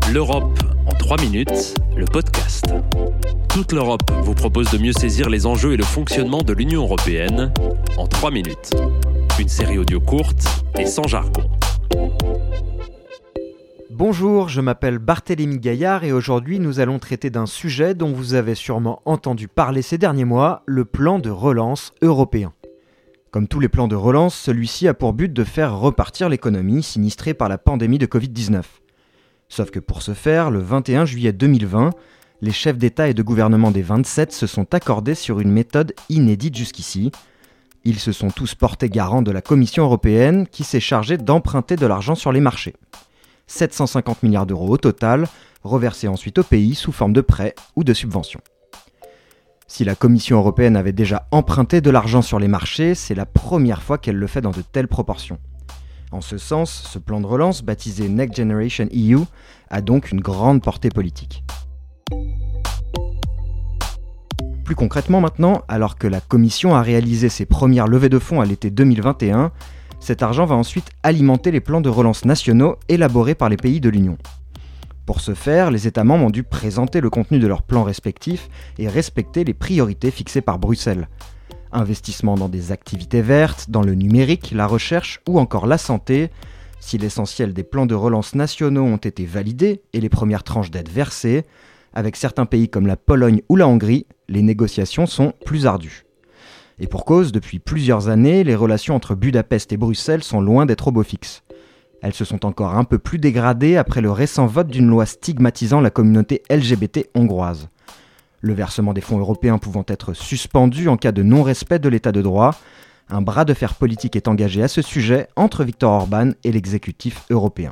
L'Europe en 3 minutes, le podcast. Toute l'Europe vous propose de mieux saisir les enjeux et le fonctionnement de l'Union européenne en 3 minutes. Une série audio courte et sans jargon. Bonjour, je m'appelle Barthélémy Gaillard et aujourd'hui nous allons traiter d'un sujet dont vous avez sûrement entendu parler ces derniers mois, le plan de relance européen. Comme tous les plans de relance, celui-ci a pour but de faire repartir l'économie sinistrée par la pandémie de Covid-19. Sauf que pour ce faire, le 21 juillet 2020, les chefs d'État et de gouvernement des 27 se sont accordés sur une méthode inédite jusqu'ici. Ils se sont tous portés garants de la Commission européenne qui s'est chargée d'emprunter de l'argent sur les marchés. 750 milliards d'euros au total, reversés ensuite au pays sous forme de prêts ou de subventions. Si la Commission européenne avait déjà emprunté de l'argent sur les marchés, c'est la première fois qu'elle le fait dans de telles proportions. En ce sens, ce plan de relance, baptisé Next Generation EU, a donc une grande portée politique. Plus concrètement maintenant, alors que la Commission a réalisé ses premières levées de fonds à l'été 2021, cet argent va ensuite alimenter les plans de relance nationaux élaborés par les pays de l'Union. Pour ce faire, les États membres ont dû présenter le contenu de leurs plans respectifs et respecter les priorités fixées par Bruxelles. Investissement dans des activités vertes, dans le numérique, la recherche ou encore la santé. Si l'essentiel des plans de relance nationaux ont été validés et les premières tranches d'aides versées, avec certains pays comme la Pologne ou la Hongrie, les négociations sont plus ardues. Et pour cause, depuis plusieurs années, les relations entre Budapest et Bruxelles sont loin d'être au beau fixe. Elles se sont encore un peu plus dégradées après le récent vote d'une loi stigmatisant la communauté LGBT hongroise. Le versement des fonds européens pouvant être suspendu en cas de non-respect de l'état de droit, un bras de fer politique est engagé à ce sujet entre Viktor Orban et l'exécutif européen.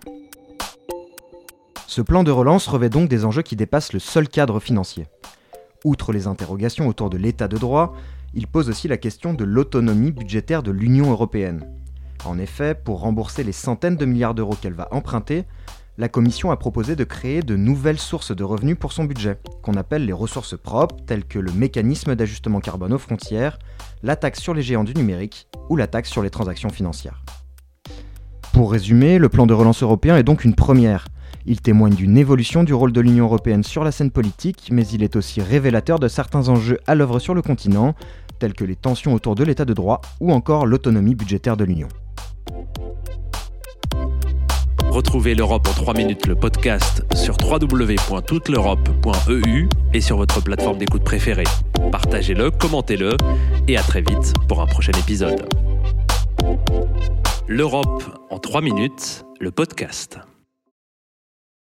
Ce plan de relance revêt donc des enjeux qui dépassent le seul cadre financier. Outre les interrogations autour de l'état de droit, il pose aussi la question de l'autonomie budgétaire de l'Union européenne. En effet, pour rembourser les centaines de milliards d'euros qu'elle va emprunter, la Commission a proposé de créer de nouvelles sources de revenus pour son budget, qu'on appelle les ressources propres, telles que le mécanisme d'ajustement carbone aux frontières, la taxe sur les géants du numérique ou la taxe sur les transactions financières. Pour résumer, le plan de relance européen est donc une première. Il témoigne d'une évolution du rôle de l'Union européenne sur la scène politique, mais il est aussi révélateur de certains enjeux à l'œuvre sur le continent, tels que les tensions autour de l'état de droit ou encore l'autonomie budgétaire de l'Union. Retrouvez l'Europe en 3 minutes, le podcast, sur www.touteleurope.eu et sur votre plateforme d'écoute préférée. Partagez-le, commentez-le et à très vite pour un prochain épisode. L'Europe en 3 minutes, le podcast.